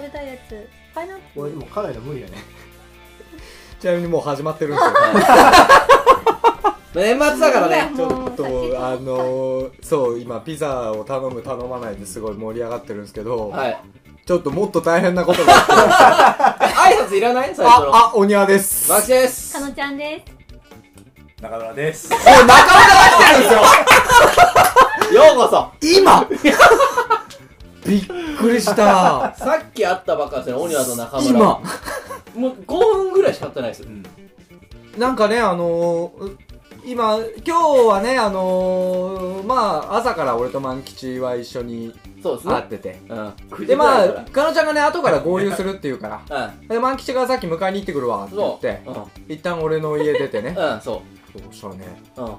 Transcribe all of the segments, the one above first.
べたいやつパイナップル。 俺でも辛いの無理やね。 ちなみにもう始まってるんですよ。 年末だからね。 ちょっとそう今ピザを頼む頼まないですごい盛り上がってるんですけど、 はい。 ちょっともっと大変なことがあって挨拶いらない最初の。 お庭です。 マキです。 かのちゃんです。 中村です。 もう中村が来てるんですよ。 ようこそ。 今びっくりした。 さっき会ったばっかですね、オニワと中村。 今もう5分ぐらいしか会ってないですよ。 なんかね今日はねまあ朝から俺と万吉は一緒にそうですね。 会ってて、 うん。 でまあ 9時かのちゃんがね後から合流するっていうからぐらいからで万吉がさっき迎えに行ってくるわって言ってそう。 一旦俺の家出てねうん。そそうしたらねう。うん。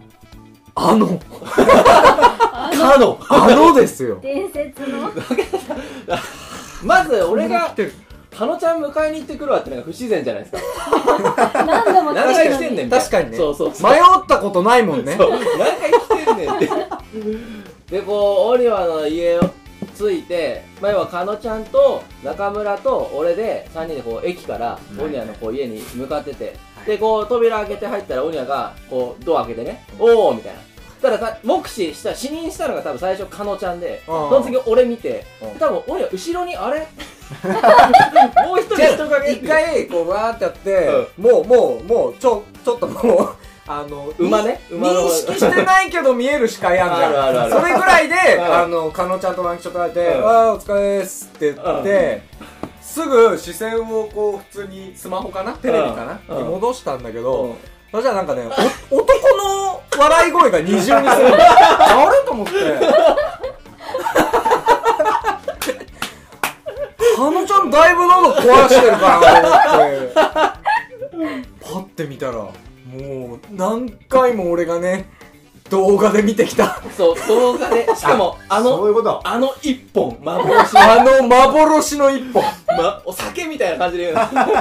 あのですよ。 伝説の。 まず俺が来てるかのちゃん迎えに行ってくるわってのが不自然じゃないですか。 何度も何回来てんねんみたいな。 確かにねそうそう。 迷ったことないもんね。 そう。何回来てんねんって。で、こう、オリバーの家を着いて、まあ、要はかのちゃんと中村と俺で3人でこう駅からオニアのこう家に向かってて、で、こう扉開けて入ったらオニアがこうドア開けてね、おーみたいな。たださ、目視した、視認したのが多分最初かのちゃんで、その次俺見て、多分オニア後ろにあれもう一人人影一回こうわーってやってもうちょっともう馬ね、馬の認識してないけど見える視界あんじゃん。 あるそれぐらいでうかのちゃんと万吉と会ってうんあーお疲れーすって言ってすぐ視線をこう普通にスマホかなテレビかなに戻したんだけど、そしたらなんかね男の笑い声が二重にするの。あれと思ってかのちゃんだいぶ喉壊してるかなと思ってパッて見たらもう何回も俺がね動画で見てきたそう、動画で、しかもそういうこと。 一本、幻の幻の一本お酒みたいな感じで言うの。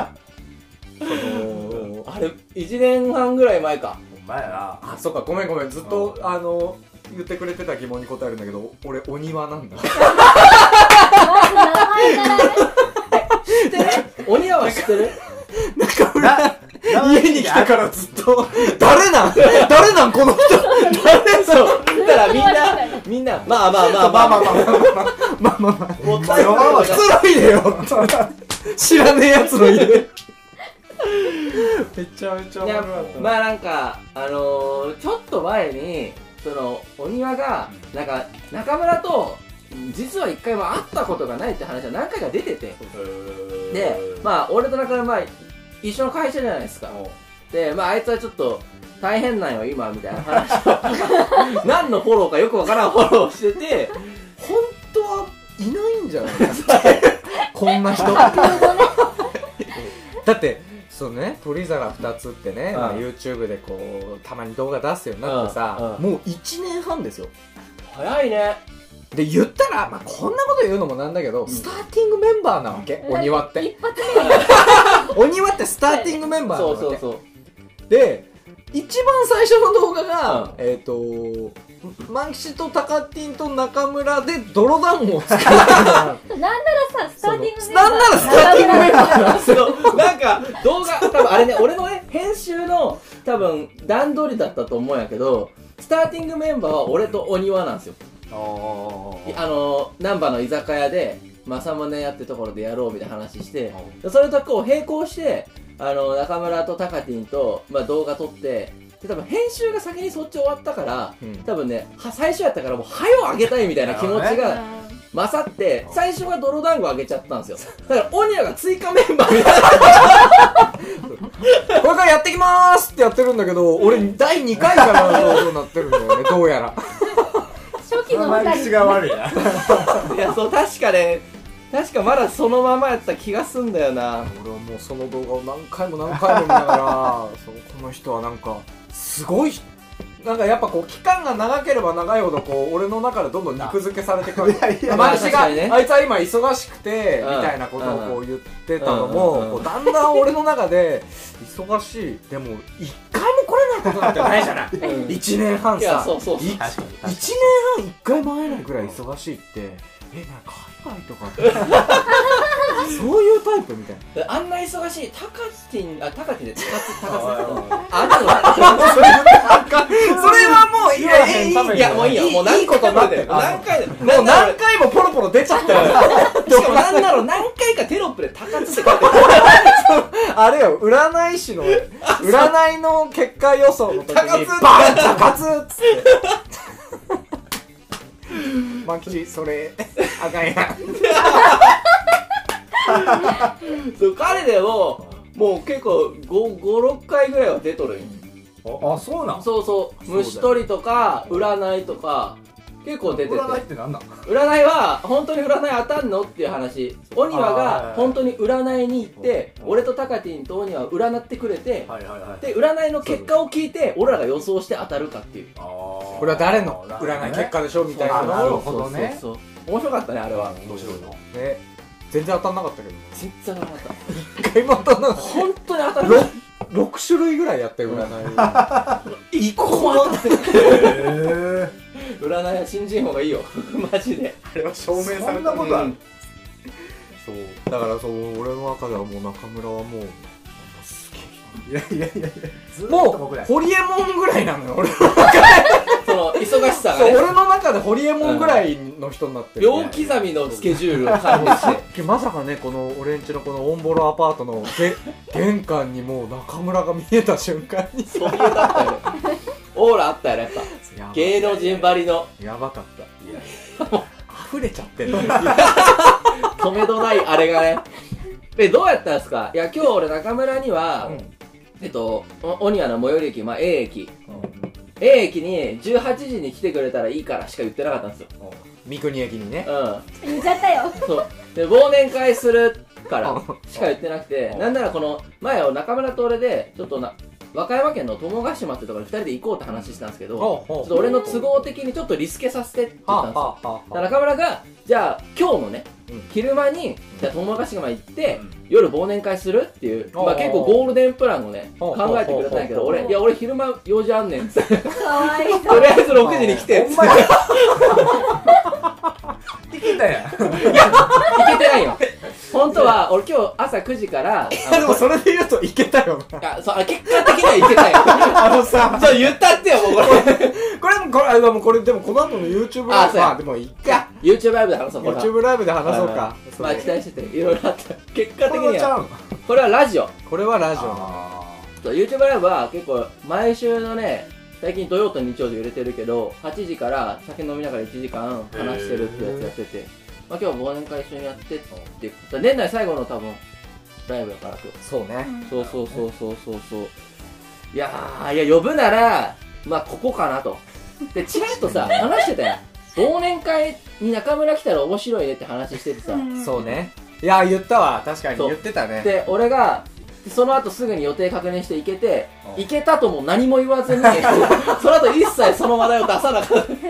あれ、1年半ぐらい前か。 ほんまやな。 あ、そっかごめんずっと言ってくれてた疑問に答えるんだけど俺お庭なんだ。 まず名前からね。 知ってる？お庭は知ってる？ 中村家に来てからずっと誰なんこの人そう。だからみんな、まあ。もったいない。 くつろいでよ知らねえやつの家でめちゃめちゃ面白かったまあなんか、ちょっと前に、その、お庭が、なんか、中村と、実は一回も会ったことがないって話は何回か出てて。で、まあ、俺と中村、まあ、一緒の会社じゃないですか。で、まあ、あいつはちょっと、大変なんよ、今、みたいな話を。何のフォローかよくわからんフォローをしてて、 本当はいないんじゃないこんな人だってそうね鳥皿2つってね、まあ、YouTube でこうたまに動画出すようになってさ、もう1年半ですよ。 早いね。 で言ったら、まあ、こんなこと言うのもなんだけど、スターティングメンバーなわけ、お庭って一発お庭ってスターティングメンバーなわけ。 そう。 で一番最初の動画が、万吉とタカティンと中村で泥団子を作るなんならさ、スターティングメンバー。 なんならスターティングメンバーなんですよ。 そうなんか動画多分あれね俺のね編集の多分段取りだったと思うんやけどスターティングメンバーは俺とお庭なんですよ。難波の居酒屋で正宗やってところでやろうみたいな話してそれとこう並行して中村とタカティンと、まあ、動画撮ってで多分編集が先にそっち終わったから、多分ね最初やったからもう早を上げたいみたいな気持ちが勝って最初が泥団子上げちゃったんですよ。だからオニアが追加メンバーみたいなこれからやってきまーすってやってるんだけど俺第2回からそうなってるんだよねどうやら初期の2人が悪いな。 いやそう確かまだそのままやった気がすんだよな。 俺はもうその動画を何回も見ながらこの人はなんかすごいなんかやっぱこう期間が長ければ長いほどこう俺の中でどんどん肉付けされてくる。 まあ私が、 確かにねあいつは今忙しくてみたいなことをこう言ってたのもこうだんだん俺の中で忙しいでも一回も来れないことなんてないじゃない1年半いやさそう 1年半1回も会えないぐらい忙しいってなんか海外とかってそういうタイプみたいな。 あんな忙しいタカティンで高津それはもういやいやもういいよ、もう何個か待って何回でもう何回もポロポロ出ちゃったよ。 しかもなんだろう、何回かテロップで高津って書いてる。 あれよ、占い師の占いの結果予想の時にバーン高津っつってマキチそれあかんやん。 そう彼でももう結構5、6回ぐらいは出とるんよ。 あ、そうなん。 そうそう、虫取りとか占いとか結構出てて、 占いってなんなん。 占いは本当に占い当たんのっていう話。オニワが本当に占いに行って俺とタカティンとオニワを占ってくれて、で占いの結果を聞いて俺らが予想して当たるかっていう。 これは誰の占い結果でしょみたいななるのをほどね。 そう面白かったねあれは。 面白いの。 ね、全然当たんなかったけど全然当たらなかっ一回も当たんなかった。 本当に当たらなかっ 6種類ぐらいやって占いた。一個も当たってない。占いは信じん方がいいよマジで。 あれは証明された。 そんなことある。 そうだからそう、俺の中ではもう中村はもうすげえ。 いやもうホリエモンぐらいなのよ俺。 その忙しさがそう、 ね、 俺の中でホリエモンぐらいの人になってる、 秒刻みのスケジュールを管理してまさかね、この俺んちのこのオンボロアパートの玄関にもう中村が見えた瞬間にそういうだったよね。オーラあったよね、やっぱ芸能人ばりの。 やばかった。溢れちゃってんの。 止めどないあれがね。でどうやったんですか。いや今日俺中村には、オニワの最寄り駅、A 駅、A 駅に18時に来てくれたらいいからしか言ってなかったんですよ。 三国駅にね。 言っちゃったよ。 そうで忘年会するからしか言ってなくて、なんならこの前を中村と俺でちょっと和歌山県の友ヶ島ってところに2人で行こうって話したんですけど、ちょっと俺の都合的にちょっとリスケさせてって言ったんですよ。だから中村がじゃあ今日のね、昼間にじゃあ友ヶ島行って、夜忘年会するっていう、結構ゴールデンプランをね考えてくれたんやけど、俺昼間用事あんねんってとりかわいい。 あえず6時に来てっていけたやん。 いけてないよ。本当は俺今日朝9時からでもそれで言うといけたよな。 結果的にはいけたよ。 さそう言ったってよもうこれ。 これでもこの後の YouTube ライブ、でもいいか。 YouTube ライブで話そう。 YouTube ライブで話そうか。 期待してていろいろあった。結果的にこれはちゃうはこれはラジオ。 これはラジオな。 YouTube ライブは結構毎週のね、最近土曜と日曜で売れてるけど8時から酒飲みながら1時間話してるってやつやってて、今日は忘年会一緒にやってって年内最後の多分ライブだから今日。 そうね。 そういや呼ぶならここかなと。でチラッとさ話してたよ。忘年会に中村来たら面白いねって話しててさ。 そうね。いや言ったわ、確かに言ってたね。 で俺がその後すぐに予定確認して行けたとも何も言わずにその後一切その話題を出さなかった。い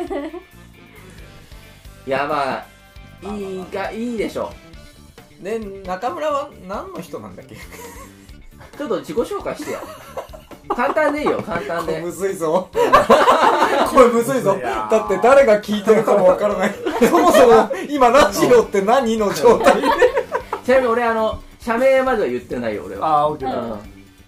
やいいでしょう。で中村は何の人なんだっけ。 ちょっと自己紹介してよ。簡単でいいよ、簡単で。 むずいぞ。これむずいぞ。だって誰が聞いてるかもわからない。そもそも今ラジオって何の状態。 ちなみに俺社名までは言ってないよ俺は。 オッケー。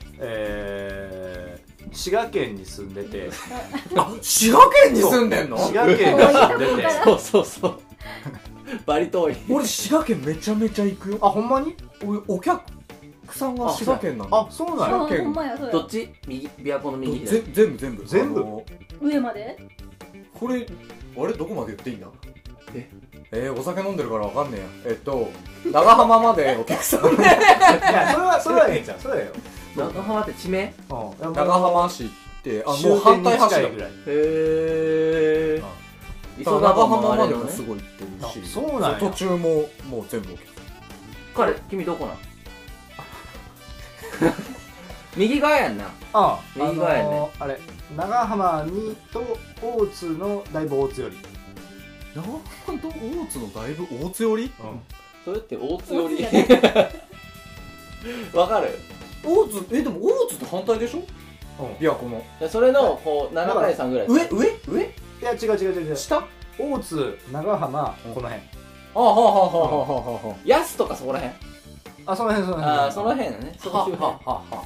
滋賀県に住んでて。 滋賀県に住んでんの？ 滋賀県に住んでて。 そうバリ遠い。 俺滋賀県めちゃめちゃ行くよ。 ほんまに？ 俺お客さんが滋賀県なの。 そうなんや。 ほんまや、そうや。 どっち？右、琵琶湖の右左。 全部上まで？ これあれどこまで言っていいんだ？お酒飲んでるからわかんねえや。長浜までお客さん。 いやそれはええじゃん。それはえ長浜って地名？ 長浜市ってもう反終点に対橋だ。 近いぐらい。 長浜までもすごい行ってるし。 そうなんや。 途中ももう全部お客さん。君どこなん？右側やんな。右側やね。 あれ長浜にと大津のだいぶ大津より。 長浜と大津のだいぶ大津寄り？ それって大津寄り。わかる？ 大津でも大津って反対でしょ？いやこのそれのこう7対3ぐらい。 上？ いや違う。 下？ 大津長浜この辺。 は安とかそこら辺。 あ、その辺ああその辺だね。その周辺。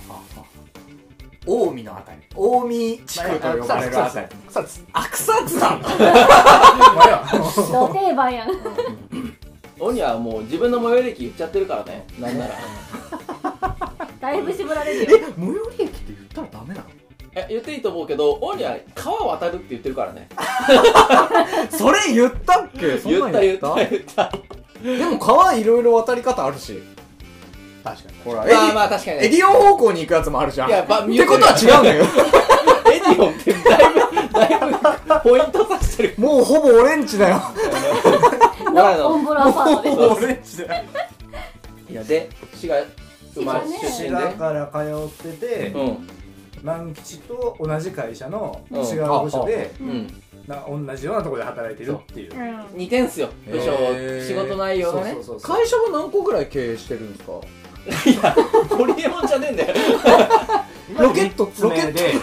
近江のあたり、近江地区と呼ばれるあたり。 草津あ、草津なんだ。 ド定番やん。 鬼はもう自分の最寄り駅言っちゃってるからね。なんなら。 だいぶ絞られるよ。 最寄り駅って言ったらダメなの？ 言っていいと思うけど、鬼は川渡るって言ってるからね。 それ言ったっけ？そんなん言った。 でも川いろいろ渡り方あるし。 確かに。 ほら、 まあ確かにね。 エディオン方向に行くやつもあるじゃん。 いや、 ってことは違うんだよ。 エディオンってだいぶポイントさしてる。 もうほぼオレンジだよ。 オンボロアパートで。 オレンジだよ。 いや、で、滋賀出身で。 滋賀から通ってて、 うん万吉と同じ会社のうん滋賀部署で、 うん。 同じようなところで働いてるっていう。 似てんすよ、部署、仕事内容がね。 そう会社は何個ぐらい経営してるんですか？ いや、ホリエモンじゃねえんだよ。 ロケットロケットで、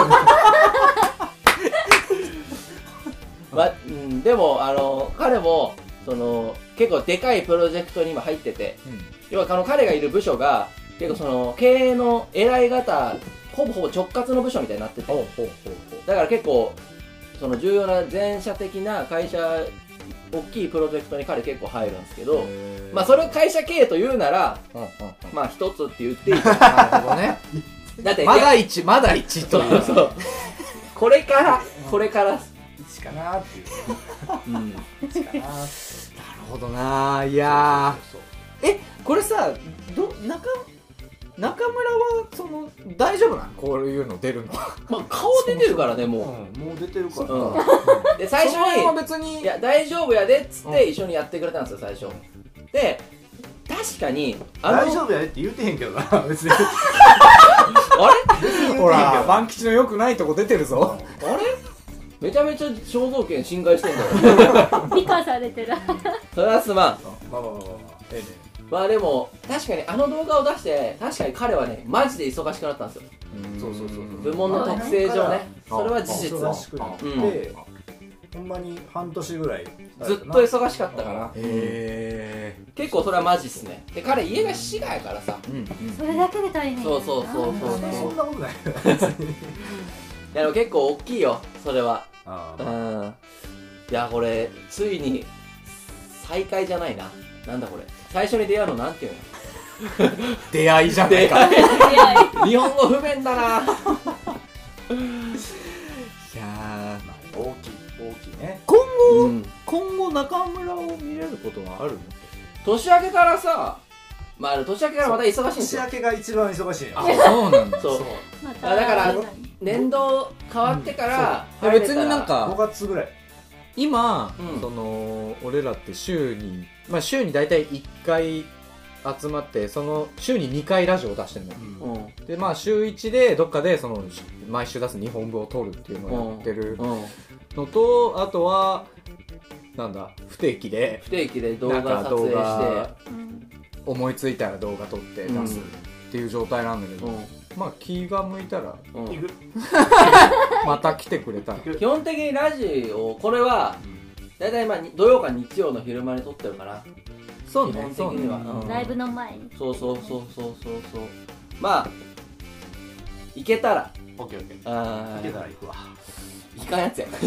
でも、彼も、結構でかいプロジェクトに今入ってて、要は彼がいる部署が、結構経営の偉い方、ほぼ直轄の部署みたいになってて、だから結構、重要な全社的な会社、大きいプロジェクトに彼結構入るんですけど、まあそれを会社経営と言うなら、まあ一つって言っていいかなるほどね。 だって、 まだ1という。 そう。これから 1かなっていう。1かな。 なるほどな。いやー。これさ、中村は大丈夫なの？こういうの出るの？ まあ顔出てるからね、ももう出てるから。 う。で、最初その辺はに、 別にいや、大丈夫やでっつって一緒にやってくれたんですよ、最初。で、確かに、 大丈夫やでって言ってへんけどな、別に。 あほら、万吉の良くないとこ出てるぞ。 れあれめちゃめちゃ肖像権侵害してんだよ。 美化されてる。 それはすまん。 まあ、ええね。 まあでも、確かにあの動画を出して、確かに彼はね、マジで忙しくなったんですよ。 そう部門の特性上ね。それは事実。 忙しくなって、ほんまに半年ぐらいずっと忙しかったから。結構それはマジっすね。で、彼家が滋賀やからさ。 それだけで大変。 そう。 そんなことない。 いやでも結構大きいよ、それは。 あいや、これ、ついに、再会じゃないな。なんだこれ。最初に出会うのなんていうの？ 出会いじゃないか。 日本語不便だな。 いやー、 大きいね。 今後中村を見れることはあるの？ 年明けからさ、まあ年明けからまた忙しいんですよ。 年明けが一番忙しいよ。 そうなんだ。 そう。 まただから年度変わってから別になん 5 か月ぐらい。 今うん俺らって週にだいたい1回集まって週に2回ラジオを出してるの。で週1でどっかで毎週出す日本語を撮るっていうのをやってるのと、あとはなんだ不定期で動画撮影して思いついたら動画撮って出すっていう状態なんだけど、気が向いたら行く。 また来てくれたら。 基本的にラジオ、これはだいたい土曜か日曜の昼間に撮ってるからそう基本的にはライブの前に。 そうまあ行けたらオッケーオッケー。 行行けたら行くわ。 行かんやつや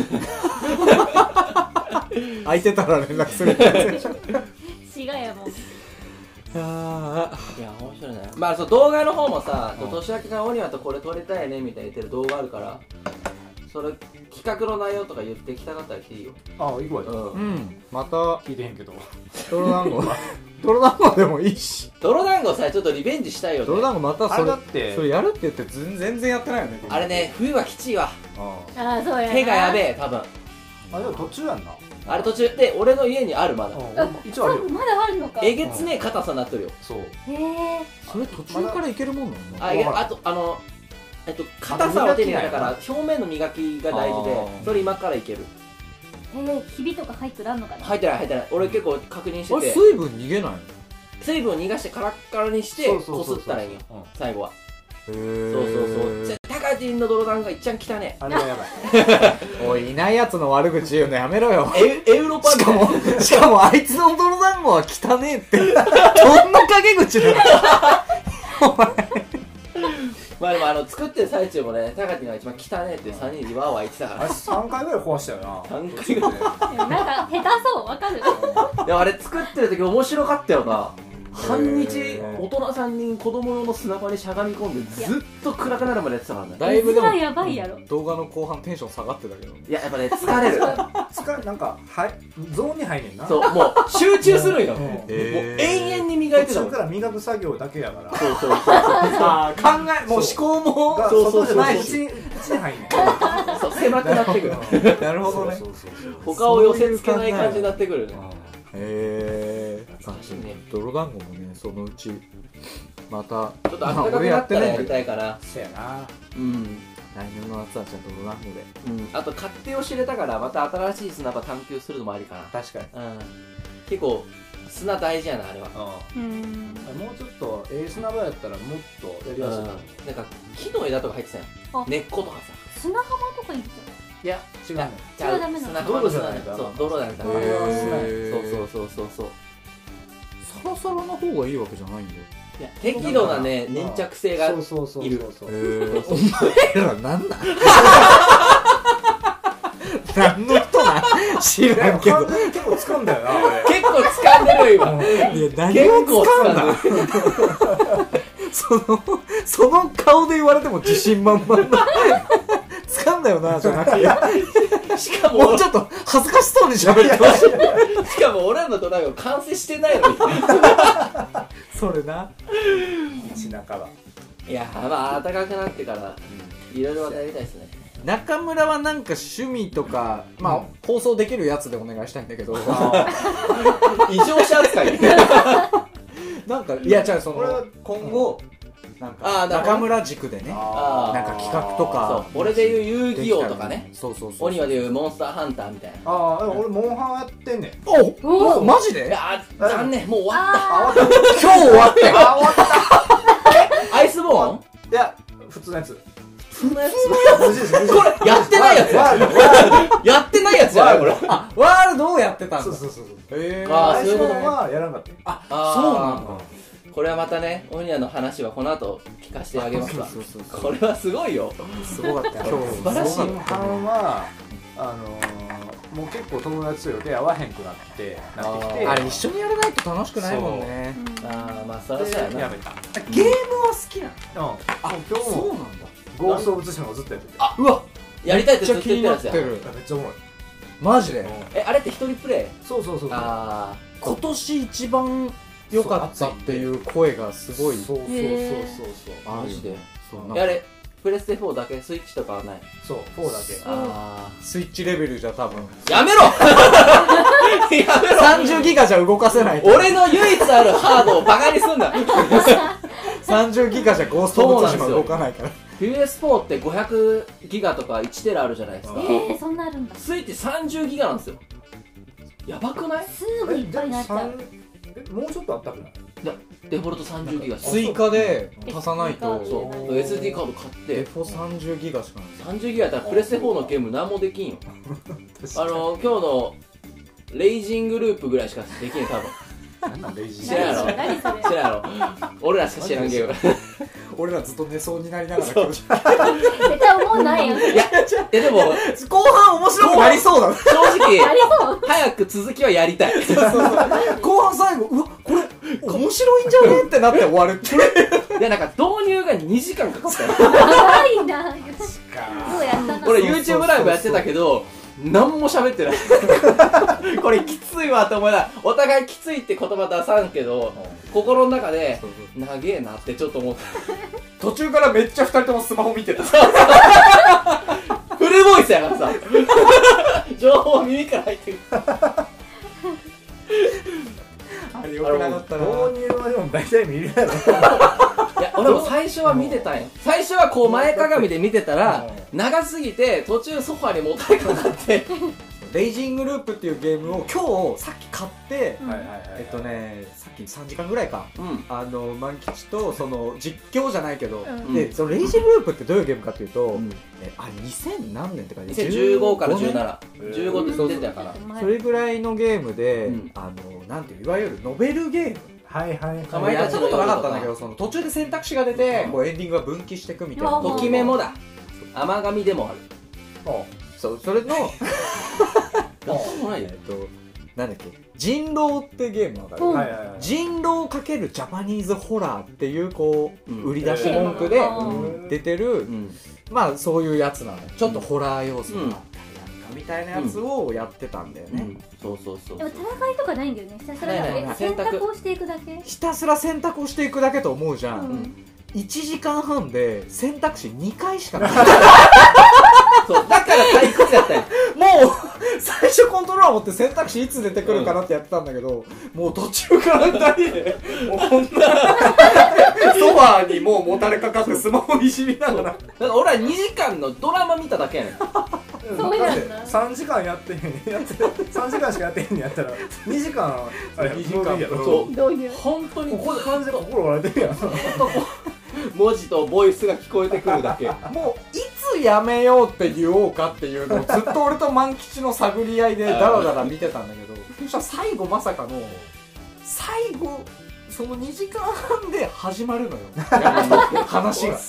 空いてたら連絡する。 滋賀やもん。 いや面白いね。まあ動画の方もさ、年明けからオニワとこれ撮りたいねみたいな言ってる動画あるから、それ企画の内容とか言ってきたかったら来ていいよ。 あ、行くわ。 また聞いてへんけど。 泥団子でもいいし。 泥団子さ、ちょっとリベンジしたいよね。 泥団子またあれだってそれやるって言って全然やってないよね。 あれね、冬はきちいわ。 ああ、そうやな。 手がやべえ、多分。 あ、でも途中やんな。 あれ途中で、俺の家にあるまだ。 一応あるよ。 まだあるのか。 えげつねえ硬さになってるよ。 そう。 へえ。 それ途中からいけるもんなの？ あと、硬さは手に入れたから、表面の磨きが大事で、それ今からいける。 ひびとか入ってらんのかな。 入ってない。俺結構確認してて。 水分逃げないの？ 水分を逃がしてカラッカラにしてこすったらいいよ、最後は。そう。高カティンの泥団子が一番汚ねあれがやばい。 おい、いないやつの悪口言うのやめろよ。 え。エウロパみたいな。 しかもあいつの泥団子は汚ねえって。どんな陰口だよ。 まあでも作ってる最中もね、タカティンが一番汚ねえって3人でワーワー言ってたかあれ3回ぐらい壊したよな。 3回ぐらいなんか下手そうわかる。 らいやあれ作ってる時面白かったよな。半日大人3人子供用の砂場にしゃがみ込んでずっと暗くなるまでやってたからね。 だいぶでも絵面やばいやろ。 動画の後半テンション下がってたけど。 いややっぱね疲れる。 なんかゾーンに入んねんな。 そうもう集中するんよ。 うんもう永遠に磨いてたもん。 途中から磨く作業だけやから。 そうそうああ、考え、もう思考も。 がそうそうそう外じゃないうちに入んねん。 そう狭くなってくる。 なるほどね。 そうそうそう他を寄せ付けない感じになってくる。 へえ。 難しいね。 泥団子もね、そのうち、また、 ちょっと暖かくなったらやりたいかな。 そうやな。 うん。 来年の夏はじゃあ泥団子で。 あと勝手を知れたからまた新しい砂場探求するのもありかな。 確かに。 結構砂大事やなあれは。 うん。 もうちょっと砂場やったらもっとやりやすいな。 なんか木の枝とか入ってたよ。 あ根っことかさ。 砂浜とか行っいや違うねん。 じゃあダメなの砂浜の砂ね。 泥じゃないかそう泥だみたいな。 あれは砂やそうそう。 サラサラの方がいいわけじゃないんだよ。 いや適度なね粘着性が。 そういるお前らなんなん何の人なん知らんけど。 完全に結構掴んだよなあれ。 結構掴んでるよ今。 いや、何結を構掴んだ掴んでる。 その顔で言われても自信満々な。掴んだよな、じゃなくて。 しかももうちょっと恥ずかしそうに喋ってほしい。 しかも俺らのドラゴン完成してないのに。 それな。 背中は。 いやまあ暖かくなってからいろいろまたやりたいですね。 中村はなんか趣味とか、まあ、放送できるやつでお願いしたいんだけど。 異常者扱い。 なんか、いや、じゃあそこれはの、今後、なんか、 あーなるほど中村軸でね、 あーなんか企画とかそう俺で言う遊戯王とかね。 そうそうそう。 オニワで言うモンスターハンターみたいな。 ああ、俺モンハンやってんねん。 おマジでいやー残念もう終わっあ、 今日終わって終わった。 た。アイスボーンいや、普通のやつ。 普通のやつ無事です、無事です。 これやってないやつワールドやってないやつじゃないこれ。 あ、ワールドをやってたんだ。 そうそうそう。 へー。 あーアイスボーンはやらなかったよ。 あ、 あーそうなんだ。 これはまたねオニワの話はこの後聞かせてあげますわ。 そうそうそうこれはすごいよ。 すごかったよ。今日素晴らしいすごかっモンハンは、もう結構友達と予定合わへんくなってきて、 たあれ一緒にやらないと楽しくないもんね。 ああまあそりゃそうやな。 でやめた。 ゲームは好きなの？ あ、今日もそうなんだ。 ゴースト・オブ・ツシマをずっとやってて。 うわ、 やりたいってずっとめっちゃ気に言ってるやつや。 なってる。 めっちゃおもろい。 マジで。 あれって一人プレイ？ そうそうそうそう。 あ今年一番良かったっていう声がすごい。 そうそうそうそうそう。 あマジで。 そうあれプレステ4だけスイッチとかはない？ そう、4だけ。 あスイッチレベルじゃ多分。 あやめろ。やめろ。 30ギガじゃ動かせない。 俺の唯一あるハードをバカにすんな。 30ギガじゃゴースト・オブ・ツシマ動かないから。 PS4 って500ギガとか1テラあるじゃないですか。 そんなあるんだ。 スイッチ30ギガなんですよ。やばくない？ すぐいっぱいになっちゃう。 もうちょっとあったくない？ デフォルト30ギガ。 追加で足さないと。 そう SD カード買ってデフォ30ギガしかない。 30ギガやったらプレステ4のゲーム何もできんよ。今日のレイジングループぐらいしかできん多分。 なんなんレイジ知らんやろ何それ。 知らんやろ。俺らしか知らんゲーム。 俺らずっと寝そうになりながらそう来る。 絶対思うないよ。 いやでも後半面白くなりそうだね。 正直ありそう。 早く続きはやりたい。 後半最後、うわ、これ、面白いんじゃねってなって終わるっていう。 いやなんか導入が2時間かかったよ。 長いな。そうやったな。 俺 YouTube ライブやってたけど何も喋ってない。これきついわって思いながらお互いきついって言葉出さんけど心の中で長えなってちょっと思った途中からめっちゃ二人ともスマホ見てた。 フルボイスやからさ情報耳から入ってくる。 あれよくなかったな。 導入はでも大体見るやろ。 いや俺も最初は見てたんよ。最初はこう前かがみで見てたら長すぎて途中ソファにもたれかかってデイジーングループっていうゲームを今日さっき買って、 うんはいはいはいさっき3時間ぐらいかうん万吉とその実況じゃないけど、 うんでそのレイジーングループってどういうゲームかっていうと、 うんあれ2000何年ってか 2015から年 1715って言ってたからそれぐらいのゲームで、 うんなんていういわゆるノベルゲームはいはいはいかまいたちのやったことなかったんだけど、その途中で選択肢が出てこうエンディングが分岐していくみたいな、 うんときメモだ甘神でもあるそうそれのやったことないよなんだっけ人狼ってゲームわかる、 うんはいはいはい人狼×ジャパニーズホラーっていうこう、 うん売り出し文句でうん出てる、 うんまあそういうやつなのよちょっとホラー要素があったりなんかみたいなやつをやってたんだよね、 そうそうそうでも戦いとかないんだよね。ひたすらないない選択をしていくだけ。 ひたすら選択をしていくだけと思うじゃん、 うん 1時間半で選択肢2回しかないそうだから退屈やったよもう最初コントローラー持って選択肢いつ出てくるかなってやってたんだけど、もう途中から2人でもうこんなソファーにもうもたれかかってスマホいじりながらだから俺は2時間のドラマ見ただけやねんそうなんだ 3時間やってへん3時間しかやってへんのやったら2時間あれ 2時間やろそうどういう。 本当にここで完全に心折られてるやん文字とボイスが聞こえてくるだけもういつやめようって言おうかっていうのをずっと俺と万吉の探り合いでダラダラ見てたんだけど、そしたら最後まさかの最後その2時間半で始まるのよ話が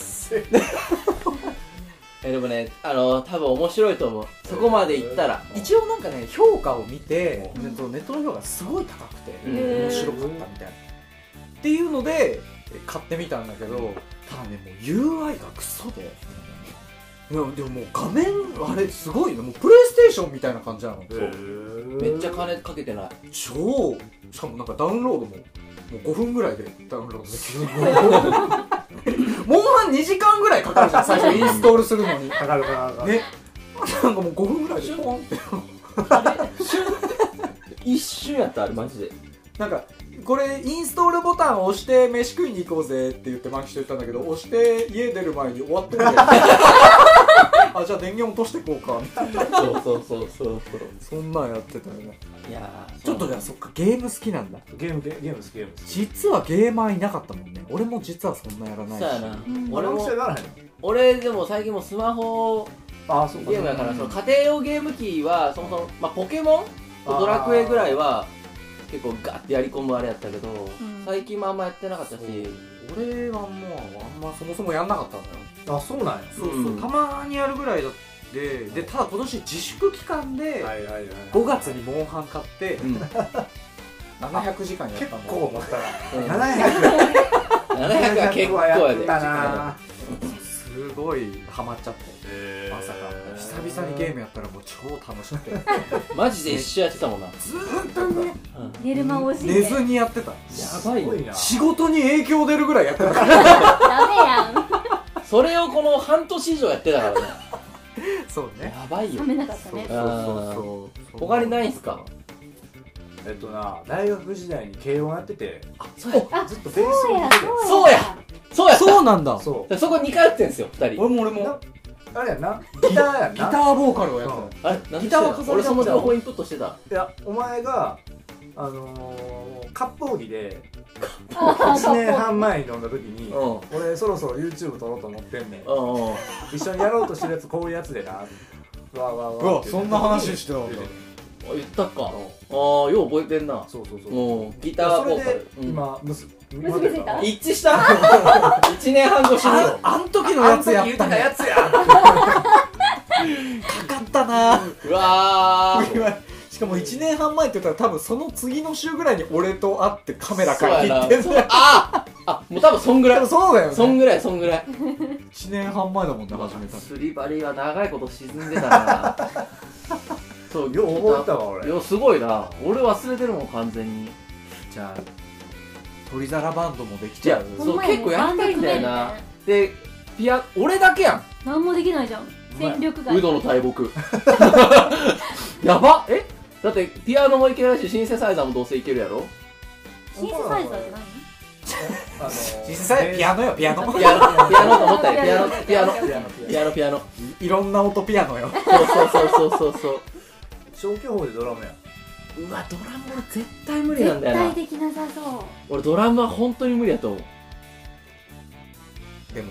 でもね多分面白いと思うそこまでいったら一応なんかね評価を見てネットの評価がすごい高くてうん面白かったみたいなっていうので買ってみたんだけど、ただねもう UI がクソでいやでももう画面あれすごいねもうプレイステーションみたいな感じなのめっちゃ金かけてない超しかもなんかダウンロードも5分ぐらいでダウンロードできるモンハン2時間ぐらいかかるじゃん最初インストールするのにかかるかなねなんかもう5分ぐらいでポンってシュンって一瞬やったあれマジでなんかこれインストールボタンを押して飯食いに行こうぜって言ってマキシと言ったんだけど押して家出る前に終わってるんだよあじゃあ電源落としていこうかみたいなそうそんなんやってたよねいやちょっとじゃあそっかゲーム好きなんだゲーム好き実はゲーマーいなかったもんね俺も実はそんなやらないしそうやなうん俺もやらへんの俺でも最近もうスマホあそうかゲームやからその家庭用ゲーム機はそもそも、まあ、ポケモンとドラクエぐらいは結構ガッてやり込むあれやったけど、 ん最近もあんまやってなかったし俺はもうあんまそもそもやんなかったんだよあそうなんやそうそう、 うんたまにやるぐらいだってでただ今年自粛期間ではいはいはい 5月にモンハン買ってうん 700時間やっ結たんだ構思ったらうん 700 700は結構やでったなすごいハマっちゃってまさか久々にゲームやったらもう超楽しくてマジで一緒やってたもんな、 ずーっとね寝る間惜しいね。 寝ずにやってたやばいよな仕事に影響出るぐらいやってたダメやん。 それをこの半年以上やってたからねそうねやばいよ冷めなかったね。 そう他にないんすか大学時代に軽音やっててそうやあ、 ずっとベースそうやを弾いててそうやそうやそうなんだそうそこ2回やってんすよ2人俺もあれやんなギターやんなギターボーカルをやってたあれなんでギターは飾りだ俺その情報インプットしてたいやお前が割烹着であ 1年半前に飲んだ時にうん俺そろそろ YouTube 撮ろうと思ってんねんうんうん一緒にやろうとしてるやつこういうやつでなわーわーわーってうわそんな話してたんだあ言ったかああよう覚えてんなそうそうそうもうギターそれでボーカル今結びついた一致した1年半越しにあん時のやつやったねやつやかかったなうわーしかも1年半前って言ったら多分その次の週ぐらいに俺と会ってカメラ借りそうやな切ってんだよあもう多分そんぐらいそうだよねそんぐらいそんぐらい 1年半前だもんね始めたの釣り針は長いこと沈んでたなそうよう覚えたわ俺よすごいな俺忘れてるもん完全にじゃあ鳥皿バンドもできいやちゃうそうほんまやね結構やりたいんだよなバンド組でピア俺だけやん何もできないじゃん。戦力外。 ウドの大木やばえだってピアノもいけないしシンセサイザーもどうせいけるやろシンセサイザーって実際ピアノよピアノピアノと思ったよピアノピアノピアノいろんな音ピアノよそうそうそうそうそう消去法でドラムや。 うわドラム俺絶対無理なんだよな。 絶対できなさそう。 俺ドラムは本当に無理だと思う。 でも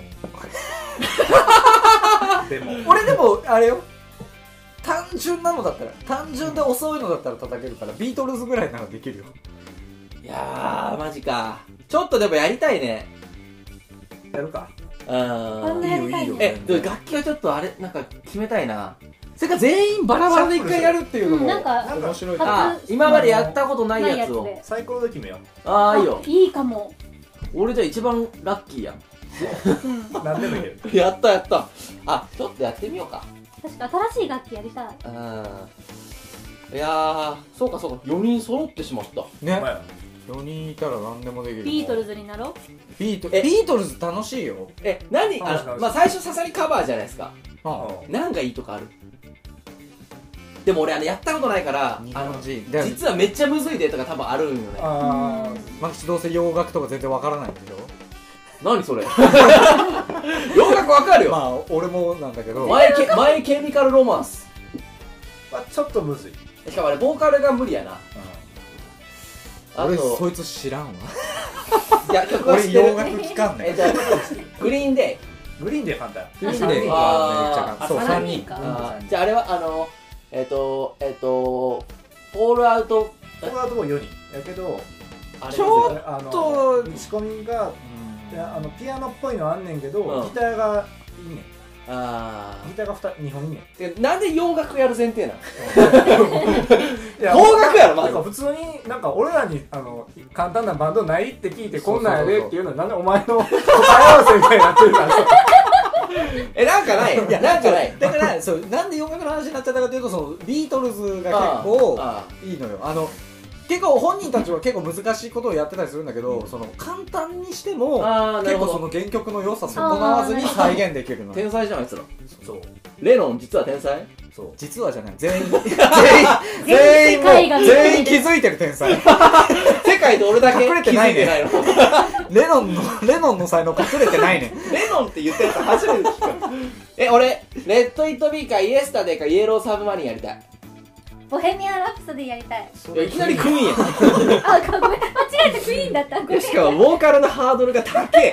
でも俺でもあれよ、単純なのだったら、単純で遅いのだったら叩けるから、ビートルズぐらいならできるよ。 いやーマジか。ちょっとでもやりたいね。 やるか。 こんなやりたいの。 でも楽器はちょっとあれなんか決めたいな。 それか全員バラバラで一回やるっていうのもなんか面白いなんかかあ今までやったことないないやつやつを。 で。 サイコロで決めよああいいよ。 いいかも。 俺じゃあ一番ラッキーやん。 うん。 う。何でもいける。 やったやった。あちょっとやってみようか。 確か新しい楽器やりたい。 いやーそうかそうか4人揃ってしまった。 ね。 お前ら 4人いたら何でもできる。 ビートルズになろう。 ビートルズ楽しいよ。 何楽しい楽しいまあ最初刺さりカバーじゃないですか。 うん。 何がいいとかある？でも俺やったことないから日本人で実はめっちゃむずいデータが多分あるんよね。 あマキシどうせ洋楽とか全然わからないんでしょ。 何それ洋楽わかるよ。 まあ俺もなんだけど、 マイケミカルロマンス。 あ。まあちょっとむずい。 しかもあれボーカルが無理やな。あ俺とそいつ知らんわ。 いや曲は知ってる。 俺洋楽聞かんねん。 じゃあグリーンデイ。 グリーンで簡単。 グリーンデーあはめっちゃそう 3 3人。 人か。 じゃああれはポールアウトここだともう4人やけど、 あれちょと打ち込みがピアノっぽいのあんねんけど、 うんギターがいいねん。 あギターが2本いいねん。 ーでなんで洋楽やる前提なの？ いや邦楽やろまずなんか普通になんか俺らに簡単なバンドないって聞いてこんなんやでっていうのはなんでお前の答え合わせみたいになってるからなんかないいやなんかないだからそうなんで洋楽の話になっちゃったかというと、そのビートルズが結構あいいのよ。結構本人たちは結構難しいことをやってたりするんだけど、その簡単にしても結構そあーなるほど。 の原曲の良さ損なわずに再現できるの。 天才じゃんあいつら。 そうレノン実は天才？ そう実はじゃない、全員全員もう全員気づいてる天才。 世界で俺だけ隠れてないね気づいてないの。 レノンの才能隠れてないね。 レノンって言ったやつ初めて聞く。俺レッド・イット・ビーかイエスタデーかイエロー・サブマリンやりたい。 ボヘミアン・ラプソディやりたい。 いやいきなりクイーンやあ、ごめん。間違えてクイーンだった。ごめん。 しかもボーカルのハードルが高え。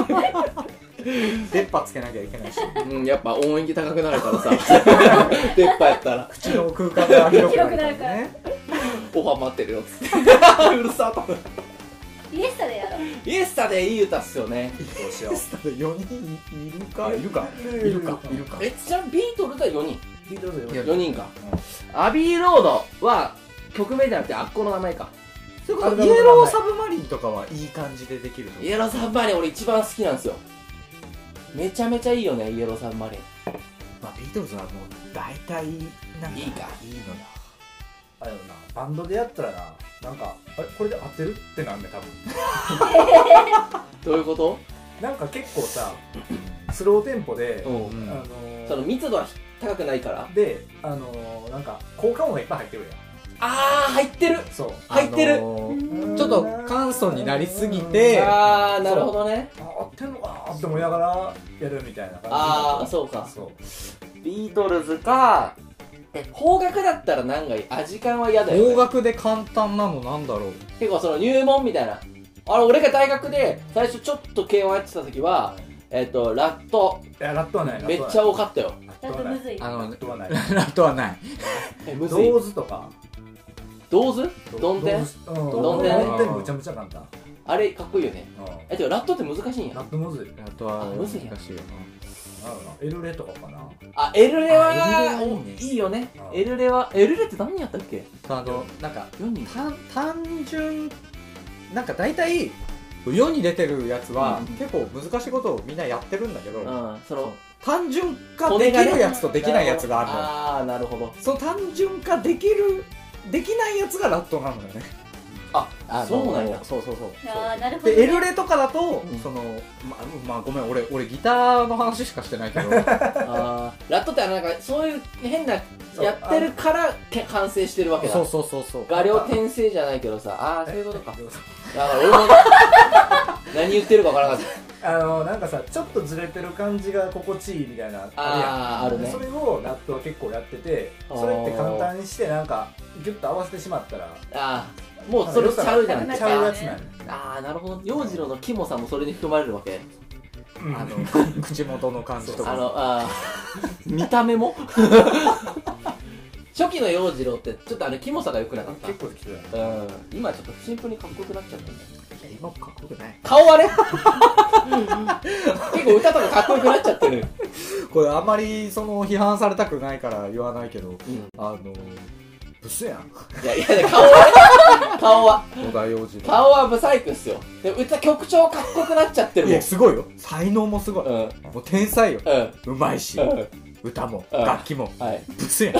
出っ歯つけなきゃいけないし、 うん、やっぱ音域高くなるからさ。出っ歯やったら口の空間が広くなるからね。 オファー待ってるよっつってうるさと。 イエスタでやろう。 イエスタデーいい歌っすよね。 どうしよう。 4人いるかいるかちなみにビートルズは4人。 ビートルズいやよ。 4人か。アビーロードは曲名じゃなくてあっこの名前か。 それこそイエローサブマリンとかはいい感じでできると思う。 イエローサブマリン俺一番好きなんですよ。めちゃめちゃいいよねイエローサブマリン。 まあビートルズはもう大体なんかいいかいいのよ。 あれよな、バンドでやったらなんかあれこれで合ってるってなんね多分。 どういうこと？ なんか結構さスローテンポで、 うんあのその密度は高くないから。 でなんか効果音がいっぱい入ってるやん。 あー入ってる。 そう。 入ってる。 ちょっと簡素になりすぎて、 あーなるほどね。 合ってんのかなって思いながらやるみたいな感じ。 あーそうか。 そう。 ビートルズか。邦楽だったら何がいい？アジカンは嫌だよ、ね。 邦楽で簡単なのなんだろう。 結構その入門みたいな。俺が大学で最初ちょっと軽音やってた時はラットいやラットはない。 めっちゃ多かったよ。 だってむずい。 ラットはない。 ラットはない。 むずい。 ドーズとか。 ドーズ？ドンテン？ うん。 ドンテンドンテンむちゃむちゃ簡単。 あれかっこいいよね。てかラットって難しいんや。 ラットむずい。 ラットは難しいよなるほど。エルレとかかな。 あ、エルレはエルレはいいねいいよね。 うんエルレって何やったっけな。なんか ？4人。 単純なんか大体世に出てるやつは、 うん結構難しいことをみんなやってるんだけど、 その単純化できるやつとできないやつがあるのよ。 あーなるほど。 その単純化できないやつがラットなんだよね。 そうなんや。 そうあーなるほどね。 でエルレとかだと、 うんそのまあごめん、俺ギターの話しかしてないけどラットってなんかそういう変なやってるから完成してるわけだ。 そう画量転生じゃないけどさ、そういうことか。だから俺も何言ってるか分からなかっなんかさちょっとずれてる感じが心地いいみたいなあるね。 それをラットは結構やってて、それって簡単にしてなんかギュッと合わせてしまったらもうそれちゃうじゃん。 ちゃうやつなんなるほど。洋次郎のキモさもそれに含まれるわけ。 口元の感じとか見た目も初期の洋次郎ってちょっとキモさが良くなかった。 結構できてた。 今ちょっとシンプルにかっこよくなっちゃったんだよ。 今もかっこよくない。 顔はね結構歌とかかっこよくなっちゃってる。 これあんまり批判されたくないから言わないけど、ブスやん。 いや顔は野田洋次郎顔はブサイクっすよ。でも曲調かっこよくなっちゃってるもん。 いやすごいよ、才能もすごい、もう天才よ、うまいし、歌も楽器もブスやん。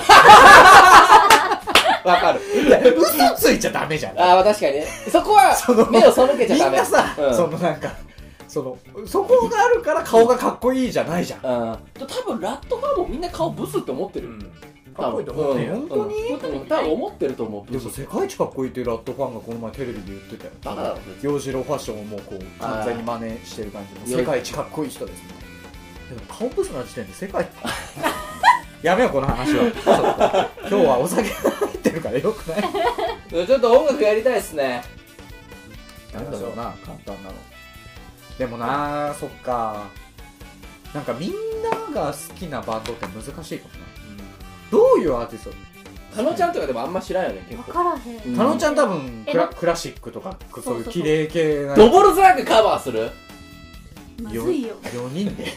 わかる。 いや嘘ついちゃダメじゃん。 確かにね。そこは目を背けちゃダメ。 みんなさ、なんかそこがあるから顔がかっこいいじゃないじゃん。 多分ラットファンもみんな顔ブスって思ってる。 かっこいいと思ってるよ。 本当に多分思ってると思う。 でも世界一かっこいいってラットファンがこの前テレビで言ってたよ。 バカだろ。 洋次郎ファッションをもうこう完全に真似してる感じの世界一かっこいい人ですみたいな。でも顔ブスな時点で世界やめようこの話は。ちょっと今日はお酒が入ってるからよくない。 ちょっと音楽やりたいっすね。 なんだろうな、簡単なの。でもな、そっか、なんかみんなが好きなバンドって難しいかもな。どういうアーティスト？ かのちゃんとかでもあんま知らんよね、結構。 分からへん。 かのちゃん多分クラシックとかそういう綺麗系な。 ドボルザークカバーする？ まずいよ。 4人で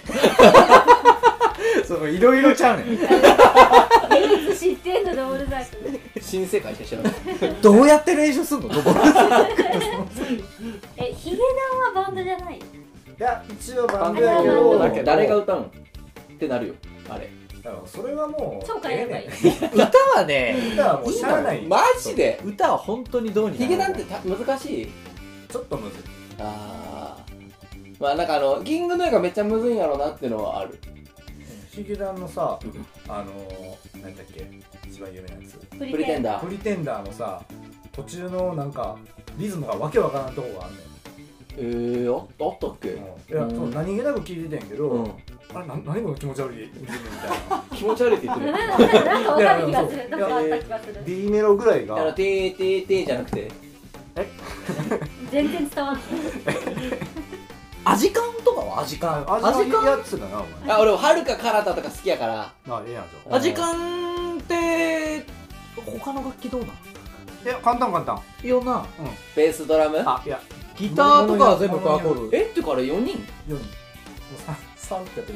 いろいろちゃうねん。 いつ知ってんのドボルザーク。 新世界しか知らない。 どうやって練習すんのドボルザーク。 ヒゲダンはバンドじゃない？ いや一応バンドやけど誰が歌うんってなるよ、あれ。 それはもう超変えればいい。 歌はね、 歌はもうしゃあない。 マジで歌は本当にどうにヒゲダンって難しい？ ちょっとむずい。 まあなんかキングヌーがめっちゃむずいんやろうなっていうのはある。 ヒゲダンのさ、何だっけ一番有名なやつ。 プリテンダー。 プリテンダーのさ、途中のなんかリズムがわけわからんとこがあんねん。 あったっけ？ いや、そう何気なく聞いてたんやけど、あれ何この気持ち悪いリズムみたいな。 気持ち悪いって言ってる。 なんか分かる気がする。なんかあった気がする。 B メロぐらいがテーテーテーじゃなくて全然伝わんない。 アジカンとかはアジカンやつだなお前。 俺はるかカナタとか好きやから。 ええやんじゃん。 アジカンって他の楽器どうなん？ いや簡単いやな、 ベースドラム？ いやギターとかは全部パーコール。 ってから4人？ 4人。3ってやってる。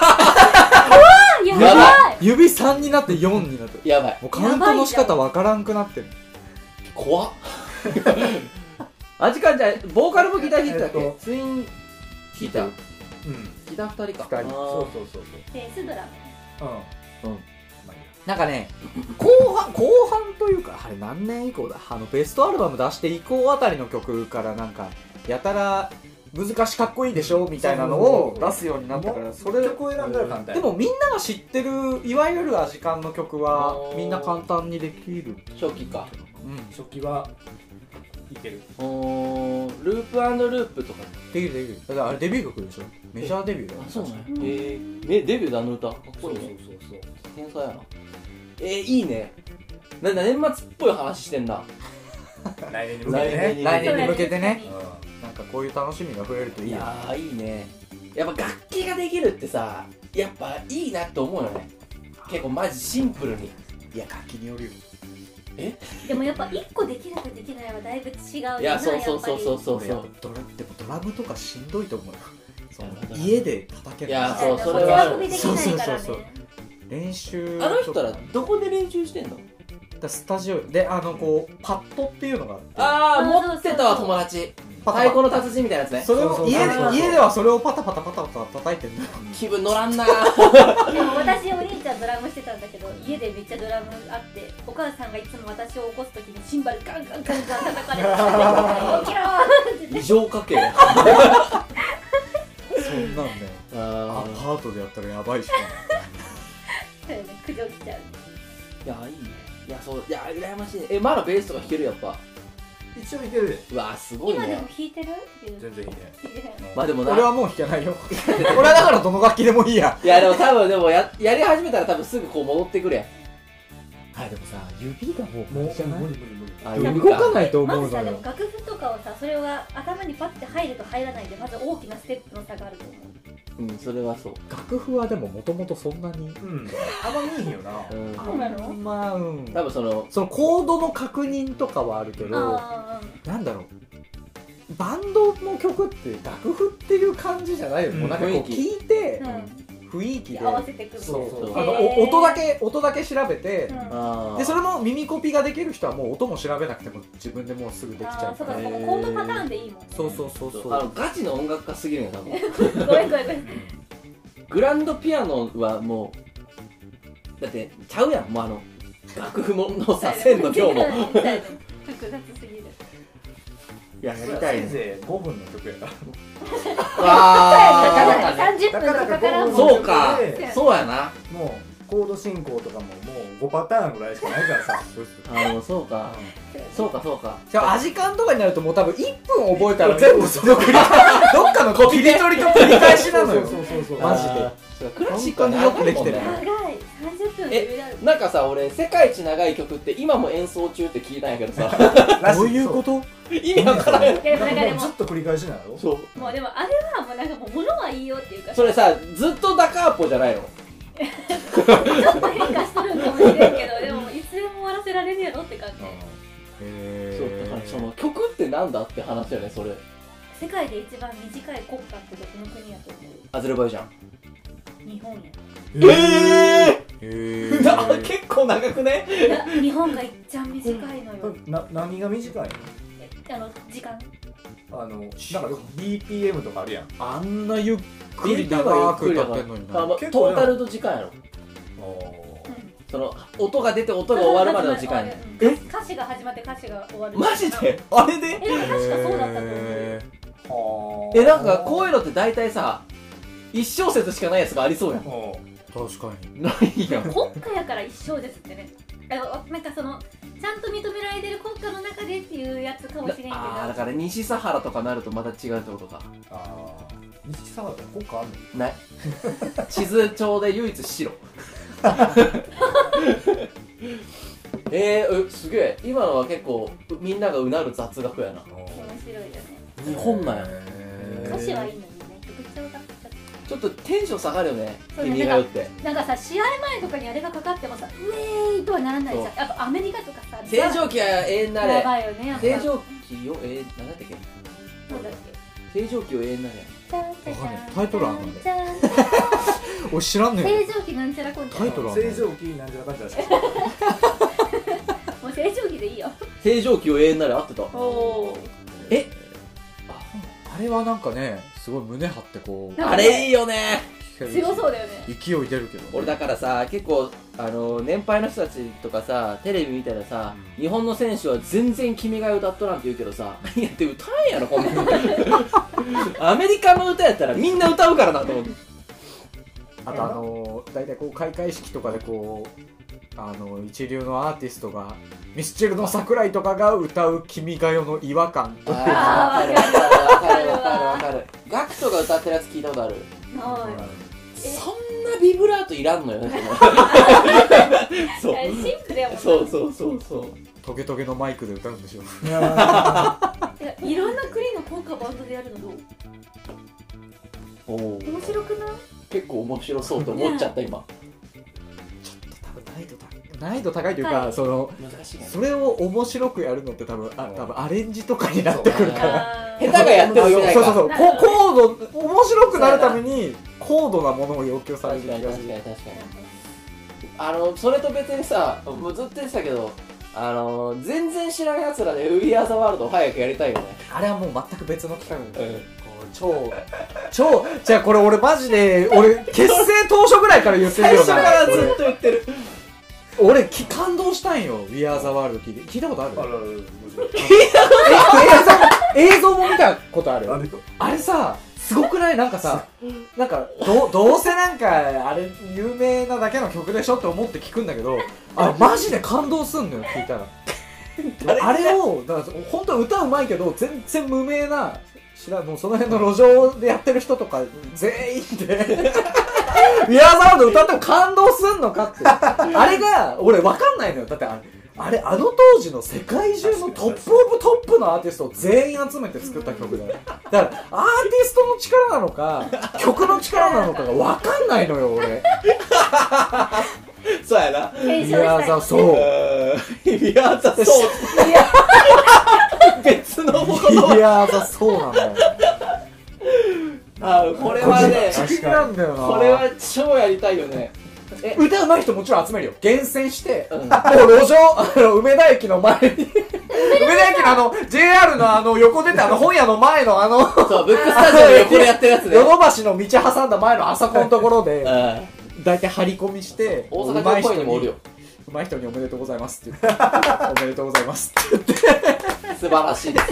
やばい。 指3になって4になってる。 やばい。 もうカウントの仕方わからんくなってる。 怖っ。アジカンじゃボーカルもギター弾いてたっけ？ツインギター。ギター2人か。 2人。そう。 ベースドラム。 なんかね、後半というか、あれ何年以降だ、ベストアルバム出して以降あたりの曲からなんかやたら難しかっこいいでしょみたいなのを出すようになったから、それ曲を選んだら簡単。 でもみんなが知ってるいわゆるアジカンの曲はみんな簡単にできる。 初期か。 初期はいける。 ループ&ループとかできる。だからあれデビュー曲でしょ。メジャーデビューだよ。 そうね。デビューであの歌かっこいいね。 そう。 天才やな。いいね。年末っぽい話してんな。 来年に向けてね。 来年に向けてね。なんかこういう楽しみが増えるといいよ。 いやーいいね。やっぱ楽器ができるってさ、やっぱいいなって思うよね。結構マジシンプルに。 いや楽器によるよ。 でもやっぱ1個できるかできないはだいぶ違うよな。 いやそう。 でもドラムとかしんどいと思うよ。家で叩ける。 いやそうそれはそう練習。 あの人らどこで練習してんの？ スタジオでこうパッドっていうのがあって持ってたわ友達。太鼓の達人みたいなやつね。 それを家ではそれをパタパタ叩いてんの。 気分乗らんな。 でも私お兄ちゃんドラムしてたんだけど、家でめっちゃドラムあって、お母さんがいつも私を起こすときにシンバルガンガン叩かれて起きろー異常家系。 そんなんねアパートでやったらやばいし。 苦情来ちゃう。 いやいいね。いや羨ましいね。まだベースとか弾けるやっぱ。 一応いけるで。 うわすごい今でもね。 弾いてる？ 全然いいね。 弾いてない。 まあでもな、 俺はもう弾けないよ俺はだからどの楽器でもいいや。 いやでも多分でもやり始めたら多分すぐこう戻ってくるやん。 はいでもさ指がももうじゃない無理無理無理。 あ動指かないと思うのまずさ、でもよ。 楽譜とかをさ、それが頭にパッて入ると入らないで、まず大きなステップの差があると思う。 うんそれはそう。 楽譜はでももともとそんなにうん。あんま見えへんよな。 うんそうなの？ まあうん多分そのそのコードの確認とかはあるけど、 あなんだろう、バンドの曲って楽譜っていう感じじゃないよ、 うんもうなんかこう雰囲気聞いてあ、 雰囲気で、 合わせてくる。 そうそう、 へー音だけ調べて、 うんあーでそれも耳コピができる人はもう音も調べなくても自分でもうすぐできちゃうそうか、 から。 コードパターンでいいもんね。 そうそうそうそう。 あのガチの音楽家すぎるよ多分。 ごめんごめんごめん。 グランドピアノはもうだってちゃうやんもうあの楽譜ものさ線の量も。 複雑すぎる。 いややりたせいね。 いぜい5分の曲やから。 あ 30分とかかからんもん。 そうかでそうやな。 もうコード進行とかももう5パターンぐらいしかないからさ。 あのそうかそうかそうか。 じゃあアジカンとかになるともう多分1分覚えたら全部その繰り返どっかの切り取りと繰り返しなのよ。 そうそうそう。 マジであーそうクラシックは本当によくできてる長いもんね長い。30分余裕である。 なんかさ俺世界一長い曲って今も演奏中って聞いたんやけどさどういうこと？ 意味わからんやろ。 いやでもなんかでももうずっと繰り返しなの。 そうもうでもあれはもうなんかもう物はいいよっていうか、 それさずっとダカーポじゃないの。 ちょっと変化しとるんかもしれんけど、でもいつでも終わらせられるやろって感じ。 そうだからその曲ってなんだって話よねそれ。 世界で一番短い国家ってどこの国やと思う？ アゼルバイジャン。 日本や。 結構長くね。 いや、日本がいっちゃん短いのよ。 何が短い時間。 の？なんか BPM とかあるやん。 あんなゆっくり長く歌ってんのにな。 トータルと時間やろ。その音が出て音が終わるまでの時間や。 歌詞が始まって歌詞が終わる。 マジであれで。 確かそうだったと思う。 なんかこういうのって大体さ1小節しかないやつがありそうやん。 確かに。 ないやん。 国家やから一生ですってね。なんかそのちゃんと認められてる国家の中でっていうやつかもしれんけど。 ああだから西サハラとかなるとまた違うってことか。 西サハラって国家あんの？ ない。地図帳で唯一白。すげえ今のは結構みんながうなる雑学やな。 面白いよね。 日本なんや。 歌詞はいいのにね、曲調がちょっとテンション下がるよね。 そうね君がよってなんかさ、試合前とかにあれがかかってもさ、ウェーイとはならないじゃん。 そうやっぱアメリカとかさ、 正常期は永遠なやれ。 ばいよね、やっぱ。 正常期をなんだっけなんだっけ。 正常期を永遠なれ。 タイトルあんのねじゃん俺知らんねん。 正常期なんちゃらこんちゃら。 タイトルあんの正常期なんちゃらかんちゃらしか。 もう正常期でいいよ。 正常期を永遠なれ合ってた。 おお。 あれはなんかね、すごい胸張ってこうあれいいよね。 強そうだよね。 勢い出るけどね。 俺だからさ結構年配の人たちとかさテレビ見たらさ、日本の選手は全然君が歌っとらんって言うけどさいやって歌えんやろほんまにアメリカの歌やったらみんな歌うからなと思って。 あと大体こう開会式とかでこう一流のアーティストがミスチルの桜井とかが歌う君が代の違和感というあーわかるわかるわかるわかるわかる。ガクトが歌ってるやつ聞いたことある。 はいそんなビブラートいらんのよね。そうシンプルやもんな。 そうそうそうそう。 トゲトゲのマイクで歌うんでしょ。 いやいろんな国の効果バンドでやるのどう？ おお。 面白くない？ 結構面白そうと思っちゃった今。 多分難易度高いというか、その難しいね。 それを面白くやるのって多分アレンジとかになってくるから。 あー下手がやってもいけないか。 そうそうそう。高度面白くなるために高度なものを要求される気がする。 確かに。それと別にさ、もうずっと言ってたけど、全然知らんやつらで We Are the World を早くやりたいよね。 あれはもう全く別の企画で、超じゃあこれ俺マジで結成当初ぐらいから言ってるよな。 最初からずっと言ってる。 俺感動したんよ。 We Are the World 聞いたことある？映像も見たことある？あれさすごくない？なんかさ、なんかどうせなんかあれ有名なだけの曲でしょって思って聞くんだけど、マジで感動すんのよ聞いたら。 あれをだから本当歌うまいけど全然無名なもうその辺の路上でやってる人とか全員でウィアーザワールド歌っても感動すんのかってあれが俺分かんないのよ。だってあれあの当時の世界中のトップオブトップのアーティストを全員集めて作った曲だよ。だからアーティストの力なのか曲の力なのかが分かんないのよ俺。 そうやな。 ウィアーザそうウィアーザそう別のものウィアーザそうなんだよ。 これはね不思議なんだよな。 これは超やりたいよね。 歌うまい人もちろん集めるよ。厳選して、もう路上、梅田駅の前に、梅田駅のJR の横出て本屋の前のそう、ブックスタジオの横でやってるやつね。 ヨドバシの道挟んだ前のあそこのところで、だいたい張り込みして、 大阪城公園にもおるよ。 うまい人におめでとうございますって言って、おめでとうございますって言って。 素晴らしいです。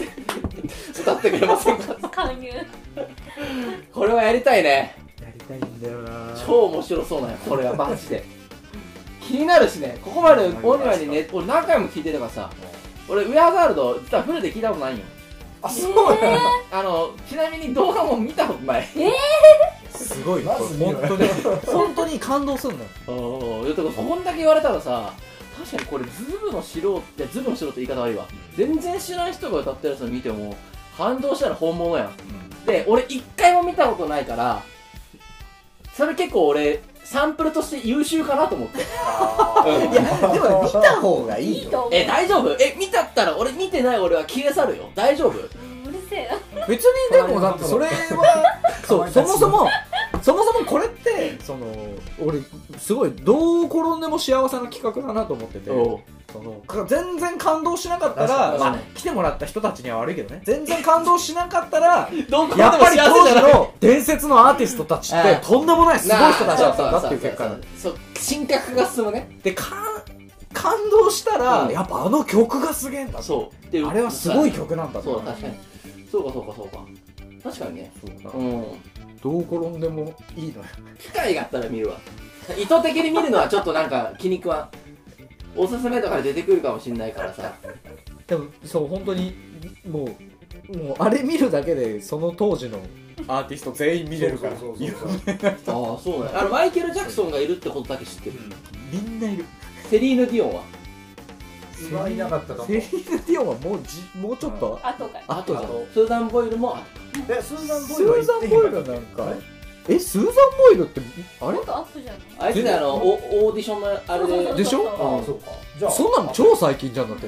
歌ってくれませんか？ 勧誘。 これはやりたいね。 やりたいんだよな。 超面白そうなんや、これはマジで。気になるしね、ここまでオニワにね、俺何回も聞いてたからさ、俺、ウェアガールド、実はフルで聞いたことないんよ。 あ、そうなんだ。 ちなみに動画も見たことない。 すごい、 まず見ろよ本当に感動するんだよ。 だからこんだけ言われたらさ、確かにこれズブの素人、いやズブの素人言い方悪いわ。全然知らない人が歌ってるやつを見ても、感動したら本物やん。で、俺一回も見たことないから、それ結構俺、サンプルとして優秀かなと思って。 いや、でも見た方がいいよ。 大丈夫？見たったら、俺見てない俺は消え去るよ。大丈夫？ うるせえな。 別にでもだってそれはそうそもそもこれって俺すごいどう転んでも幸せな企画だなと思ってて、全然感動しなかったら、まあ、来てもらった人たちには悪いけどね、全然感動しなかったらやっぱり当時の伝説のアーティストたちってとんでもないすごい人たちだったんだっていう結果なんで、 神格が進むね。 で感動したら、やっぱ曲がすげえんだ、そうあれはすごい曲なんだ。 そう確かに、そうか確かにね。 どう転んでもいいのよ。 機会があったら見るわ。意図的に見るのはちょっとなんか気に食わん。おすすめとかで出てくるかもしんないからさ。 でもそう本当にもうあれ見るだけでその当時のアーティスト全員見れるから。そうそうね。マイケル・ジャクソンがいるってことだけ知ってる。 みんないる。 セリーヌ・ディオンは今いなかったと思う。 セリーヌ・ディオンはもうちょっと後か。 後じゃん。 スーザン・ボイルもスーザン・ボイルはスーザン・ボイルなんかスーザン・ボイルってあれもっとアップじゃん。 あいつねオーディションのあれででしょ。 ああそうか。じゃあそんなの超最近じゃんだって。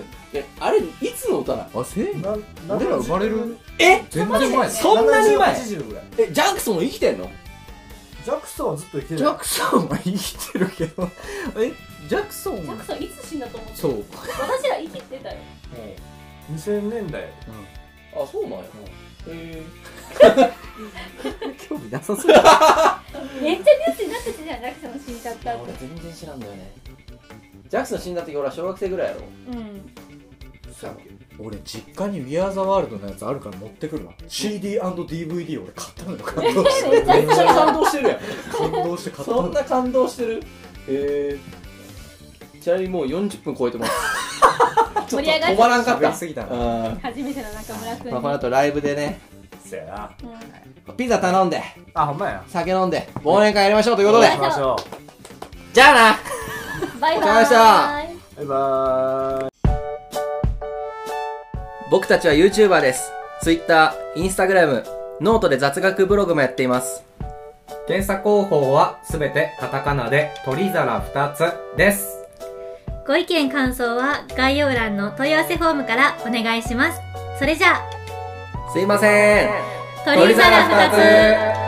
あれいつの歌なの？ 俺ら生まれる全然前。 そんなに前？ 80ぐらい。 ジャクソン生きてんの？ ジャクソンはずっと生きてる。 ジャクソンは生きてるけどジャクソンいつ死んだと思って。 そう私ら生きてたよ。 2000年代。 あ、そうなんや。 興味なさそう。 めっちゃニュースになってたじゃん、ジャクソン死んじゃったって。 俺全然知らんだよね。ジャクソン死んだ時俺は小学生ぐらいやろ。 俺実家にウィアーザワールドのやつあるから持ってくるわ。 CD&DVD 俺買ったのよ。感動してめっちゃ感動してるやん。 感動して買ったの。 そんな感動してる。ちなみにもう40分超えてます。 盛り上がって止まらんかった。 すぎたな。 初めての中村君に。 この後ライブでね、 そやな。 ピザ頼んで、 あ、ほんまや。 酒飲んで忘年会やりましょうということで、 行きましょじゃあな。 バイバお疲れ様でした。 う。バイバーイ。 僕たちは YouTuber です。Twitter、Instagram、ノートで雑学ブログもやっています。 検査方法はすべてカタカナで鳥皿2つです。 ご意見感想は概要欄の問い合わせフォームからお願いします。それじゃあ、 すいません。 鳥皿2つ。